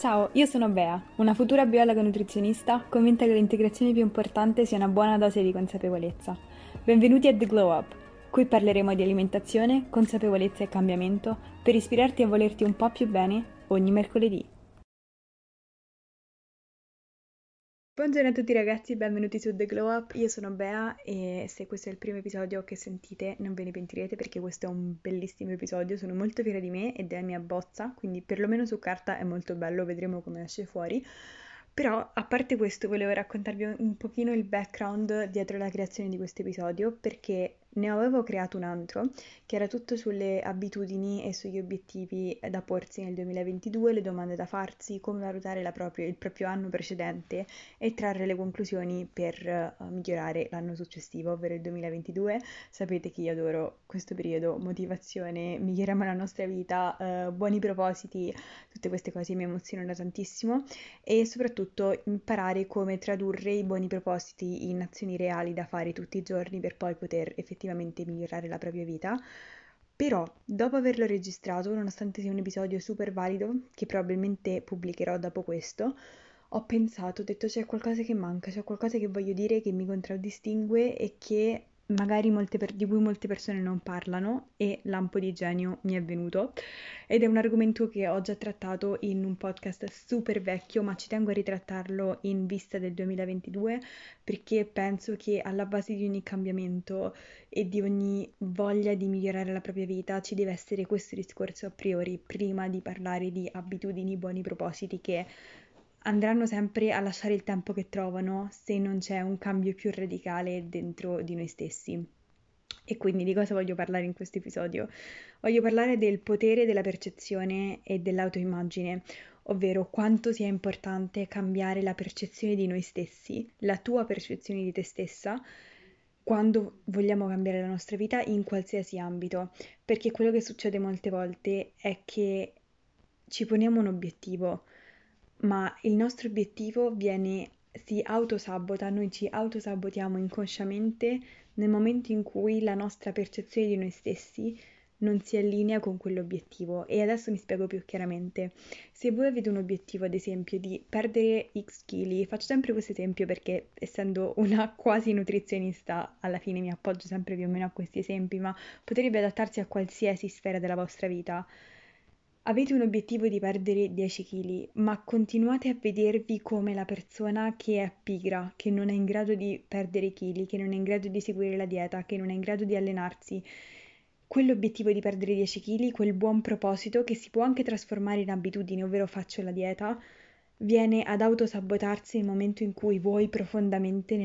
Ciao, io sono Bea, una futura biologa nutrizionista convinta che l'integrazione più importante sia una buona dose di consapevolezza. Benvenuti a The Glow Up. Qui parleremo di alimentazione, consapevolezza e cambiamento per ispirarti a volerti un po' più bene ogni mercoledì. Buongiorno a tutti ragazzi, benvenuti su The Glow Up, io sono Bea e se questo è il primo episodio che sentite non ve ne pentirete perché questo è un bellissimo episodio, sono molto fiera di me e della mia bozza, quindi perlomeno su carta è molto bello, vedremo come esce fuori. Però a parte questo volevo raccontarvi un pochino il background dietro la creazione di questo episodio perché ne avevo creato un altro che era tutto sulle abitudini e sugli obiettivi da porsi nel 2022, le domande da farsi, come valutare il proprio anno precedente e trarre le conclusioni per migliorare l'anno successivo, ovvero il 2022. Sapete che io adoro questo periodo, motivazione, miglioriamo la nostra vita, buoni propositi, tutte queste cose mi emozionano tantissimo e soprattutto imparare come tradurre i buoni propositi in azioni reali da fare tutti i giorni per poi poter effettivamente migliorare la propria vita. Però, dopo averlo registrato, nonostante sia un episodio super valido, che probabilmente pubblicherò dopo questo, ho pensato, ho detto c'è qualcosa che manca, c'è qualcosa che voglio dire che mi contraddistingue e che magari di cui molte persone non parlano e lampo di genio mi è venuto. Ed è un argomento che ho già trattato in un podcast super vecchio, ma ci tengo a ritrattarlo in vista del 2022 perché penso che alla base di ogni cambiamento e di ogni voglia di migliorare la propria vita ci deve essere questo discorso a priori, prima di parlare di abitudini, buoni propositi che andranno sempre a lasciare il tempo che trovano se non c'è un cambio più radicale dentro di noi stessi. E quindi di cosa voglio parlare in questo episodio? Voglio parlare del potere della percezione e dell'autoimmagine, ovvero quanto sia importante cambiare la percezione di noi stessi, la tua percezione di te stessa, quando vogliamo cambiare la nostra vita in qualsiasi ambito, perché quello che succede molte volte è che ci poniamo un obiettivo, ma il nostro obiettivo si autosabota, noi ci autosabotiamo inconsciamente nel momento in cui la nostra percezione di noi stessi non si allinea con quell'obiettivo. E adesso mi spiego più chiaramente. Se voi avete un obiettivo, ad esempio, di perdere X chili, faccio sempre questo esempio perché essendo una quasi nutrizionista, alla fine mi appoggio sempre più o meno a questi esempi, ma potrebbe adattarsi a qualsiasi sfera della vostra vita. Avete un obiettivo di perdere 10 kg, ma continuate a vedervi come la persona che è pigra, che non è in grado di perdere chili, che non è in grado di seguire la dieta, che non è in grado di allenarsi. Quell'obiettivo di perdere 10 kg, quel buon proposito che si può anche trasformare in abitudine, ovvero faccio la dieta, viene ad autosabotarsi nel momento in cui voi profondamente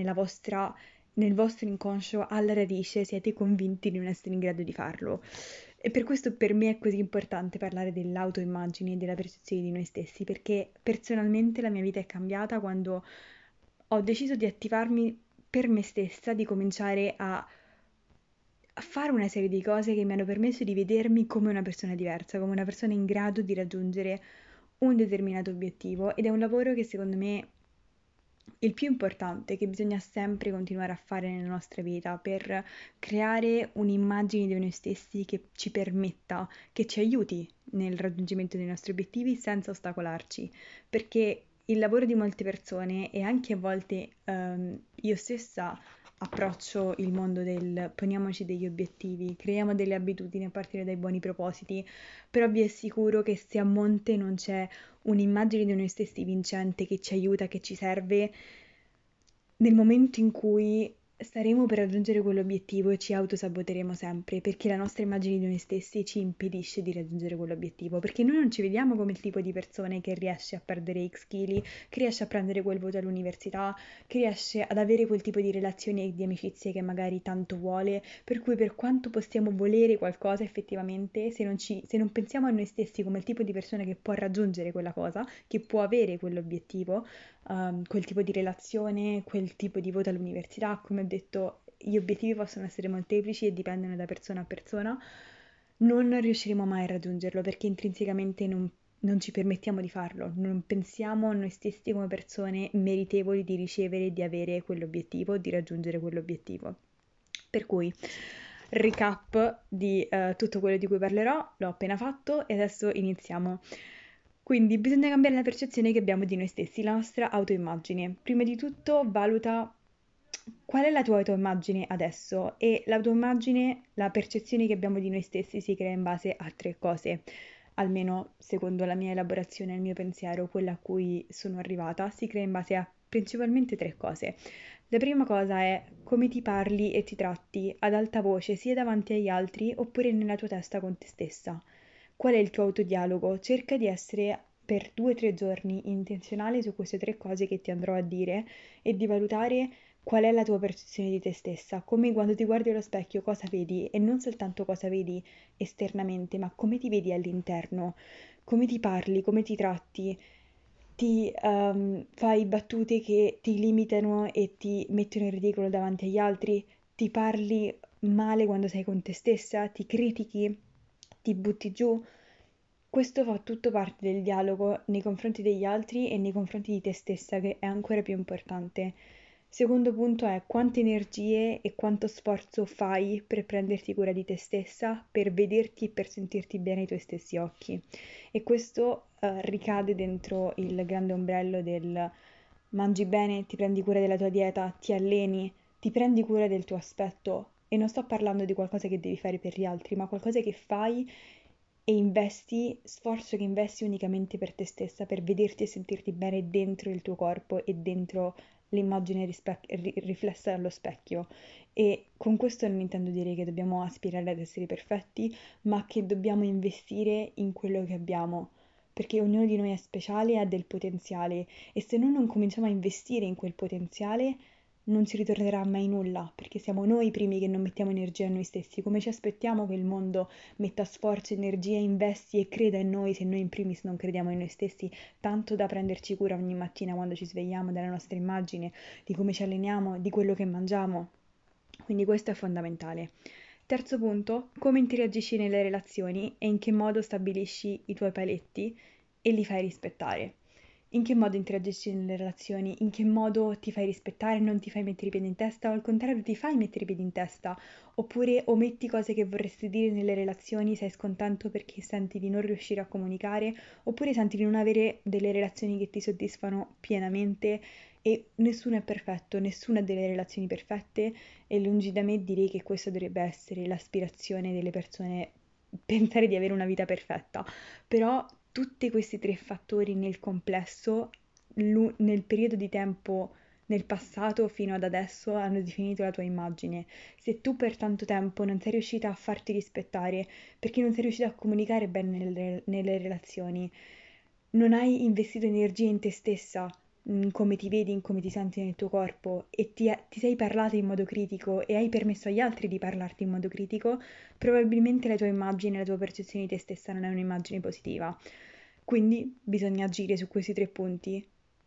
nel vostro inconscio alla radice siete convinti di non essere in grado di farlo. E per questo per me è così importante parlare dell'autoimmagine e della percezione di noi stessi, perché personalmente la mia vita è cambiata quando ho deciso di attivarmi per me stessa, di cominciare a fare una serie di cose che mi hanno permesso di vedermi come una persona diversa, come una persona in grado di raggiungere un determinato obiettivo ed è un lavoro che secondo me il più importante che bisogna sempre continuare a fare nella nostra vita per creare un'immagine di noi stessi che ci permetta, che ci aiuti nel raggiungimento dei nostri obiettivi senza ostacolarci, perché il lavoro di molte persone e anche a volte io stessa approccio il mondo del poniamoci degli obiettivi, creiamo delle abitudini a partire dai buoni propositi, però vi assicuro che se a monte non c'è un'immagine di noi stessi vincente che ci aiuta, che ci serve nel momento in cui staremo per raggiungere quell'obiettivo e ci autosaboteremo sempre perché la nostra immagine di noi stessi ci impedisce di raggiungere quell'obiettivo, perché noi non ci vediamo come il tipo di persone che riesce a perdere X chili, che riesce a prendere quel voto all'università, che riesce ad avere quel tipo di relazioni e di amicizie che magari tanto vuole, per cui per quanto possiamo volere qualcosa effettivamente, se non pensiamo a noi stessi come il tipo di persona che può raggiungere quella cosa, che può avere quell'obiettivo, quel tipo di relazione, quel tipo di voto all'università. Come ho detto, gli obiettivi possono essere molteplici e dipendono da persona a persona. Non riusciremo mai a raggiungerlo perché intrinsecamente non ci permettiamo di farlo, non pensiamo a noi stessi come persone meritevoli di ricevere e di avere quell'obiettivo, di raggiungere quell'obiettivo. Per cui, recap di tutto quello di cui parlerò, l'ho appena fatto e adesso iniziamo. Quindi bisogna cambiare la percezione che abbiamo di noi stessi, la nostra autoimmagine. Prima di tutto valuta qual è la tua autoimmagine adesso e l'autoimmagine, la percezione che abbiamo di noi stessi si crea in base a tre cose, almeno secondo la mia elaborazione, il mio pensiero, quella a cui sono arrivata, si crea in base a principalmente tre cose. La prima cosa è come ti parli e ti tratti ad alta voce sia davanti agli altri oppure nella tua testa con te stessa. Qual è il tuo autodialogo? Cerca di essere per 2 o 3 giorni intenzionale su queste tre cose che ti andrò a dire e di valutare qual è la tua percezione di te stessa, come quando ti guardi allo specchio cosa vedi e non soltanto cosa vedi esternamente, ma come ti vedi all'interno, come ti parli, come ti tratti, ti fai battute che ti limitano e ti mettono in ridicolo davanti agli altri, ti parli male quando sei con te stessa, ti critichi, ti butti giù. Questo fa tutto parte del dialogo nei confronti degli altri e nei confronti di te stessa, che è ancora più importante. Secondo punto è quante energie e quanto sforzo fai per prenderti cura di te stessa, per vederti e per sentirti bene ai tuoi stessi occhi. E questo ricade dentro il grande ombrello del mangi bene, ti prendi cura della tua dieta, ti alleni, ti prendi cura del tuo aspetto. E non sto parlando di qualcosa che devi fare per gli altri, ma qualcosa che fai e investi, sforzo che investi unicamente per te stessa, per vederti e sentirti bene dentro il tuo corpo e dentro l'immagine riflessa dallo specchio. E con questo non intendo dire che dobbiamo aspirare ad essere perfetti, ma che dobbiamo investire in quello che abbiamo, perché ognuno di noi è speciale e ha del potenziale e se noi non cominciamo a investire in quel potenziale non ci ritornerà mai nulla, perché siamo noi i primi che non mettiamo energia a noi stessi, come ci aspettiamo che il mondo metta sforzo, energia, investi e creda in noi se noi in primis non crediamo in noi stessi, tanto da prenderci cura ogni mattina quando ci svegliamo della nostra immagine, di come ci alleniamo, di quello che mangiamo. Quindi questo è fondamentale. Terzo punto, come interagisci nelle relazioni e in che modo stabilisci i tuoi paletti e li fai rispettare. In che modo interagisci nelle relazioni, in che modo ti fai rispettare, non ti fai mettere i piedi in testa o al contrario ti fai mettere i piedi in testa, oppure ometti cose che vorresti dire nelle relazioni, sei scontento perché senti di non riuscire a comunicare, oppure senti di non avere delle relazioni che ti soddisfano pienamente e nessuno è perfetto, nessuna ha delle relazioni perfette e lungi da me dire che questa dovrebbe essere l'aspirazione delle persone, pensare di avere una vita perfetta, però tutti questi tre fattori nel complesso, nel periodo di tempo nel passato fino ad adesso hanno definito la tua immagine. Se tu per tanto tempo non sei riuscita a farti rispettare perché non sei riuscita a comunicare bene nelle relazioni, non hai investito energia in te stessa, in come ti vedi, in come ti senti nel tuo corpo e ti sei parlata in modo critico e hai permesso agli altri di parlarti in modo critico, probabilmente la tua immagine, la tua percezione di te stessa non è un'immagine positiva. Quindi bisogna agire su questi tre punti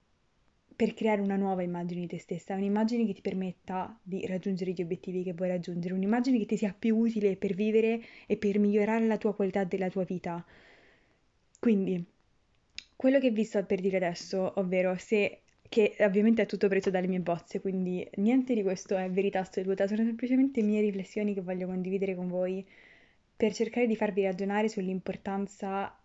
per creare una nuova immagine di te stessa, un'immagine che ti permetta di raggiungere gli obiettivi che vuoi raggiungere, un'immagine che ti sia più utile per vivere e per migliorare la tua qualità della tua vita. Quindi, quello che vi sto per dire adesso, ovvero se che ovviamente è tutto preso dalle mie bozze, quindi niente di questo è verità assoluta, sono semplicemente mie riflessioni che voglio condividere con voi per cercare di farvi ragionare sull'importanza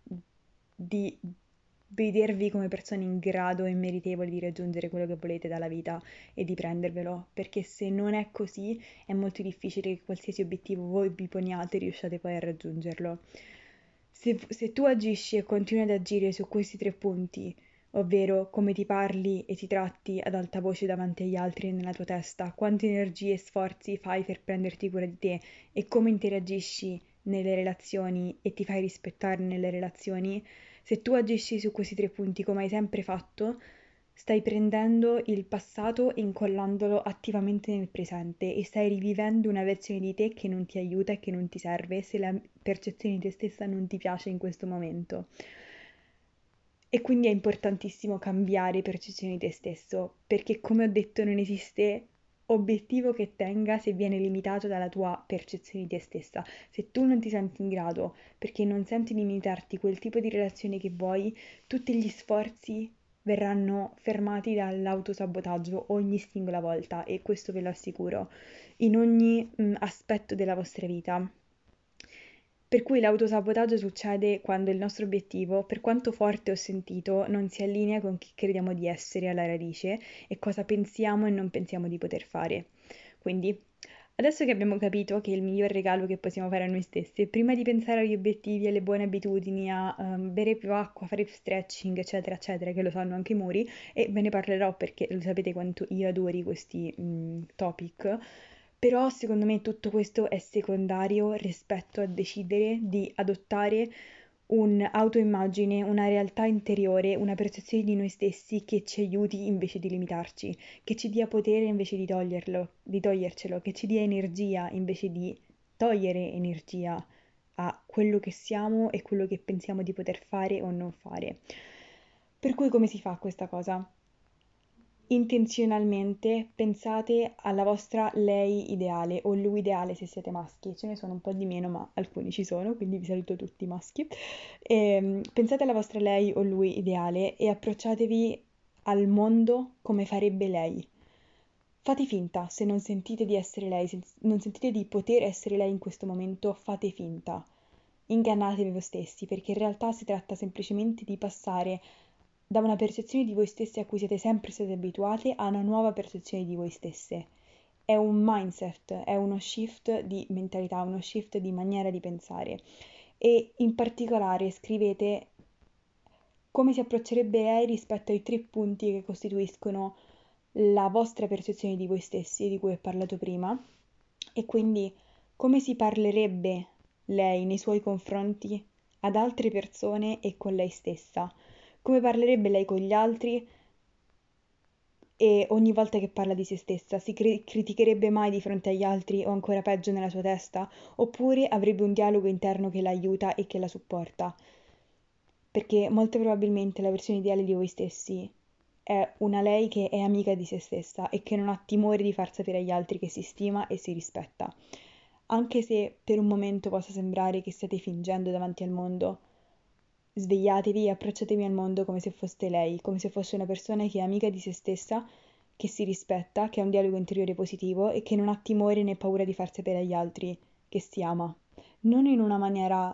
di vedervi come persone in grado e meritevoli di raggiungere quello che volete dalla vita e di prendervelo, perché se non è così è molto difficile che qualsiasi obiettivo voi vi poniate riusciate poi a raggiungerlo. Se tu agisci e continui ad agire su questi tre punti, ovvero come ti parli e ti tratti ad alta voce davanti agli altri e nella tua testa, quante energie e sforzi fai per prenderti cura di te e come interagisci nelle relazioni e ti fai rispettare nelle relazioni, se tu agisci su questi tre punti come hai sempre fatto, stai prendendo il passato e incollandolo attivamente nel presente e stai rivivendo una versione di te che non ti aiuta e che non ti serve se la percezione di te stessa non ti piace in questo momento. E quindi è importantissimo cambiare percezione di te stesso, perché come ho detto non esiste obiettivo che tenga se viene limitato dalla tua percezione di te stessa. Se tu non ti senti in grado, perché non senti di limitarti quel tipo di relazione che vuoi, tutti gli sforzi verranno fermati dall'autosabotaggio ogni singola volta e questo ve lo assicuro, in ogni aspetto della vostra vita. Per cui l'autosabotaggio succede quando il nostro obiettivo, per quanto forte o sentito, non si allinea con chi crediamo di essere alla radice e cosa pensiamo e non pensiamo di poter fare. Quindi, adesso che abbiamo capito che il miglior regalo che possiamo fare a noi stessi è prima di pensare agli obiettivi, alle buone abitudini, a bere più acqua, fare stretching, eccetera, eccetera, che lo sanno anche i muri, e ve ne parlerò perché lo sapete quanto io adori questi topic. Però secondo me tutto questo è secondario rispetto a decidere di adottare un'autoimmagine, una realtà interiore, una percezione di noi stessi che ci aiuti invece di limitarci, che ci dia potere invece di toglierlo, di togliercelo, che ci dia energia invece di togliere energia a quello che siamo e quello che pensiamo di poter fare o non fare. Per cui come si fa questa cosa? Intenzionalmente pensate alla vostra lei ideale o lui ideale se siete maschi, ce ne sono un po' di meno ma alcuni ci sono, quindi vi saluto tutti maschi. Pensate alla vostra lei o lui ideale e approcciatevi al mondo come farebbe lei. Fate finta, se non sentite di essere lei, se non sentite di poter essere lei in questo momento, fate finta. Ingannatevi voi stessi, perché in realtà si tratta semplicemente di passare da una percezione di voi stessi a cui siete sempre state abituate a una nuova percezione di voi stesse. È un mindset, è uno shift di mentalità, uno shift di maniera di pensare. E in particolare scrivete come si approccerebbe lei rispetto ai 3 punti che costituiscono la vostra percezione di voi stessi, di cui ho parlato prima, e quindi come si parlerebbe lei nei suoi confronti ad altre persone e con lei stessa, come parlerebbe lei con gli altri e ogni volta che parla di se stessa si criticherebbe mai di fronte agli altri o ancora peggio nella sua testa, oppure avrebbe un dialogo interno che la aiuta e che la supporta. Perché molto probabilmente la versione ideale di voi stessi è una lei che è amica di se stessa e che non ha timore di far sapere agli altri che si stima e si rispetta. Anche se per un momento possa sembrare che stiate fingendo davanti al mondo, svegliatevi e approcciatevi al mondo come se foste lei, come se fosse una persona che è amica di se stessa, che si rispetta, che ha un dialogo interiore positivo e che non ha timore né paura di far sapere agli altri che si ama. Non in una maniera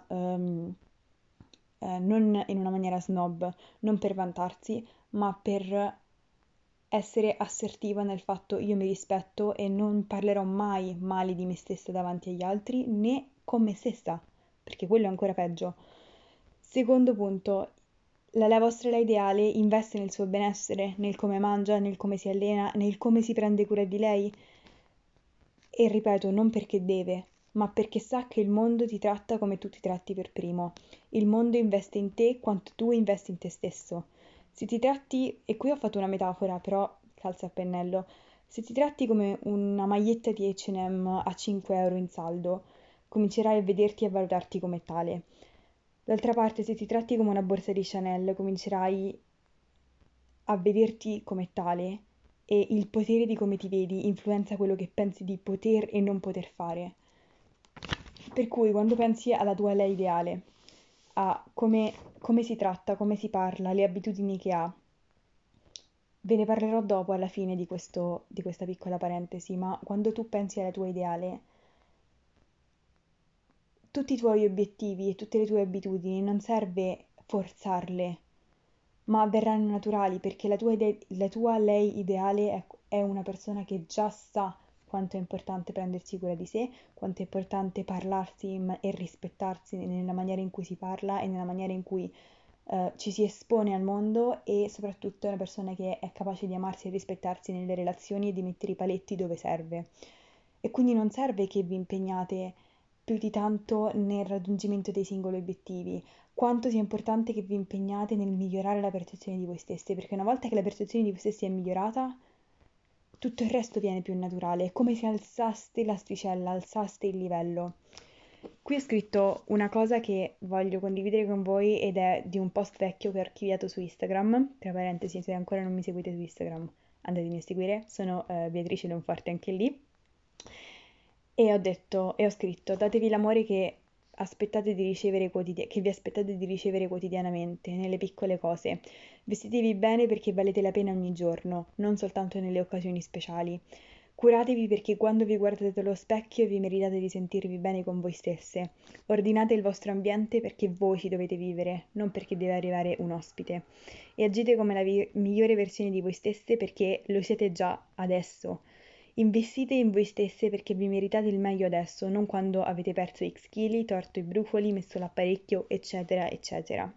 non in una maniera snob, non per vantarsi, ma per essere assertiva nel fatto io mi rispetto e non parlerò mai male di me stessa davanti agli altri né con me stessa, perché quello è ancora peggio. Secondo punto, la vostra lei ideale investe nel suo benessere, nel come mangia, nel come si allena, nel come si prende cura di lei. E ripeto, non perché deve, ma perché sa che il mondo ti tratta come tu ti tratti per primo. Il mondo investe in te quanto tu investi in te stesso. Se ti tratti, e qui ho fatto una metafora, però calza a pennello, se ti tratti come una maglietta di H&M a 5 euro in saldo, comincerai a vederti e a valutarti come tale. D'altra parte, se ti tratti come una borsa di Chanel, comincerai a vederti come tale e il potere di come ti vedi influenza quello che pensi di poter e non poter fare. Per cui quando pensi alla tua lei ideale, a come si tratta, come si parla, le abitudini che ha, ve ne parlerò dopo alla fine di questa piccola parentesi, ma quando tu pensi alla tua ideale, tutti i tuoi obiettivi e tutte le tue abitudini non serve forzarle, ma verranno naturali perché la tua lei ideale è una persona che già sa quanto è importante prendersi cura di sé, quanto è importante parlarsi e rispettarsi nella maniera in cui si parla e nella maniera in cui ci si espone al mondo e soprattutto è una persona che è capace di amarsi e rispettarsi nelle relazioni e di mettere i paletti dove serve. E quindi non serve che vi impegnate più di tanto nel raggiungimento dei singoli obiettivi, quanto sia importante che vi impegnate nel migliorare la percezione di voi stesse, perché una volta che la percezione di voi stessi è migliorata, tutto il resto viene più naturale, è come se alzaste l'asticella, alzaste il livello. Qui ho scritto una cosa che voglio condividere con voi ed è di un post vecchio che ho archiviato su Instagram, tra parentesi se ancora non mi seguite su Instagram andatemi a seguire, sono Beatrice Leonforte anche lì. E ho detto, e ho scritto, datevi l'amore che aspettate di ricevere che vi aspettate di ricevere quotidianamente, nelle piccole cose. Vestitevi bene perché valete la pena ogni giorno, non soltanto nelle occasioni speciali. Curatevi perché quando vi guardate allo specchio vi meritate di sentirvi bene con voi stesse. Ordinate il vostro ambiente perché voi ci dovete vivere, non perché deve arrivare un ospite. E agite come la migliore versione di voi stesse perché lo siete già adesso. Investite in voi stesse perché vi meritate il meglio adesso, non quando avete perso X chili, torto i brufoli, messo l'apparecchio, eccetera, eccetera.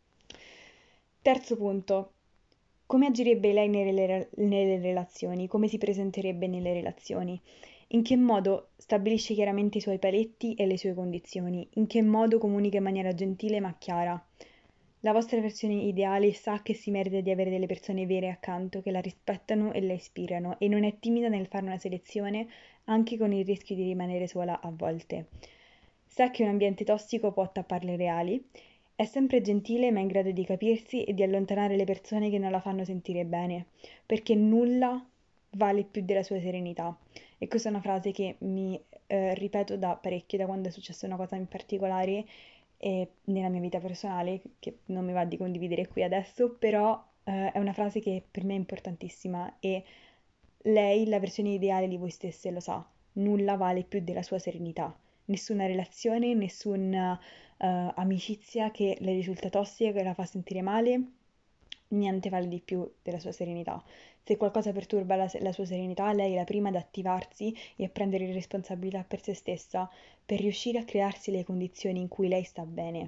Terzo punto. Come agirebbe lei nelle relazioni? Come si presenterebbe nelle relazioni? In che modo stabilisce chiaramente i suoi paletti e le sue condizioni? In che modo comunica in maniera gentile ma chiara? La vostra versione ideale sa che si merita di avere delle persone vere accanto, che la rispettano e la ispirano, e non è timida nel fare una selezione, anche con il rischio di rimanere sola a volte. Sa che un ambiente tossico può tapparle le ali, è sempre gentile ma in grado di capirsi e di allontanare le persone che non la fanno sentire bene, perché nulla vale più della sua serenità. E questa è una frase che mi ripeto da parecchio, da quando è successa una cosa in particolare nella mia vita personale, che non mi va di condividere qui adesso, però è una frase che per me è importantissima e lei, la versione ideale di voi stesse, lo sa, nulla vale più della sua serenità. Nessuna relazione, nessuna amicizia che le risulta tossica, che la fa sentire male, niente vale di più della sua serenità. Se qualcosa perturba la sua serenità, lei è la prima ad attivarsi e a prendere responsabilità per se stessa per riuscire a crearsi le condizioni in cui lei sta bene.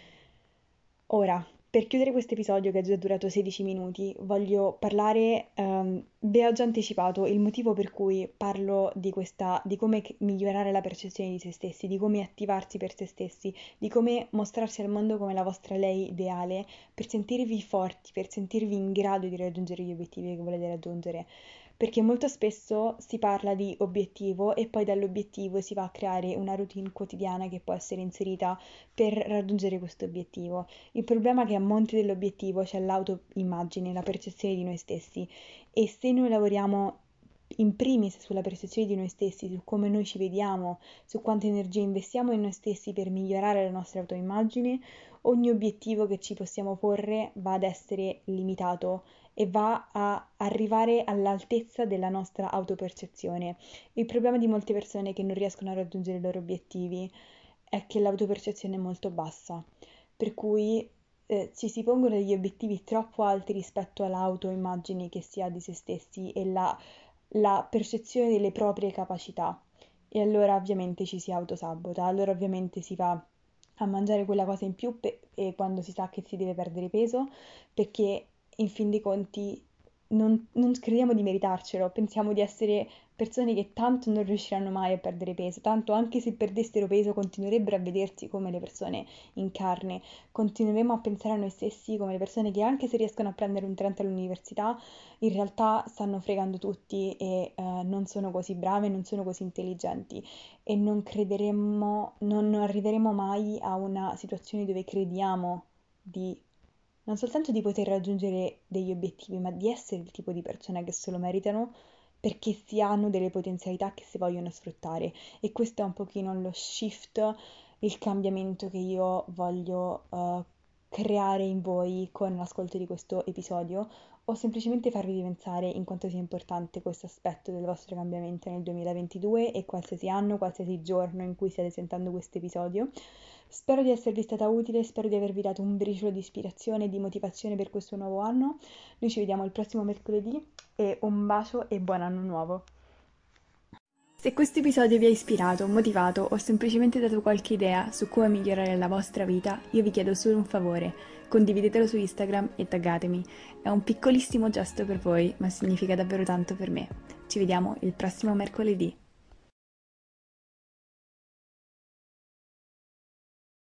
Ora, per chiudere questo episodio che è già durato 16 minuti, voglio parlare, vi ho già anticipato il motivo per cui parlo di come migliorare la percezione di se stessi, di come attivarsi per se stessi, di come mostrarsi al mondo come la vostra lei ideale, per sentirvi forti, per sentirvi in grado di raggiungere gli obiettivi che volete raggiungere. Perché molto spesso si parla di obiettivo e poi dall'obiettivo si va a creare una routine quotidiana che può essere inserita per raggiungere questo obiettivo. Il problema è che a monte dell'obiettivo c'è l'autoimmagine, la percezione di noi stessi e se noi lavoriamo in primis sulla percezione di noi stessi, su come noi ci vediamo, su quante energie investiamo in noi stessi per migliorare la nostra autoimmagine, ogni obiettivo che ci possiamo porre va ad essere limitato e va a arrivare all'altezza della nostra autopercezione. Il problema di molte persone che non riescono a raggiungere i loro obiettivi è che l'autopercezione è molto bassa, per cui ci si pongono degli obiettivi troppo alti rispetto all'autoimmagine che si ha di se stessi e la percezione delle proprie capacità. E allora ovviamente ci si autosabota, allora ovviamente si va a mangiare quella cosa in più e quando si sa che si deve perdere peso, perché in fin dei conti non crediamo di meritarcelo, pensiamo di essere persone che tanto non riusciranno mai a perdere peso, tanto anche se perdessero peso continuerebbero a vedersi come le persone in carne, continueremo a pensare a noi stessi come le persone che anche se riescono a prendere un 30 all'università, in realtà stanno fregando tutti e non sono così brave, non sono così intelligenti e non arriveremo mai a una situazione dove crediamo di non soltanto di poter raggiungere degli obiettivi, ma di essere il tipo di persone che se lo meritano perché si hanno delle potenzialità che si vogliono sfruttare. E questo è un pochino lo shift, il cambiamento che io voglio creare in voi con l'ascolto di questo episodio, o semplicemente farvi pensare in quanto sia importante questo aspetto del vostro cambiamento nel 2022 e qualsiasi anno, qualsiasi giorno in cui stiate sentendo questo episodio. Spero di esservi stata utile, spero di avervi dato un briciolo di ispirazione e di motivazione per questo nuovo anno. Noi ci vediamo il prossimo mercoledì e un bacio e buon anno nuovo! Se questo episodio vi ha ispirato, motivato o semplicemente dato qualche idea su come migliorare la vostra vita, io vi chiedo solo un favore: condividetelo su Instagram e taggatemi. È un piccolissimo gesto per voi, ma significa davvero tanto per me. Ci vediamo il prossimo mercoledì.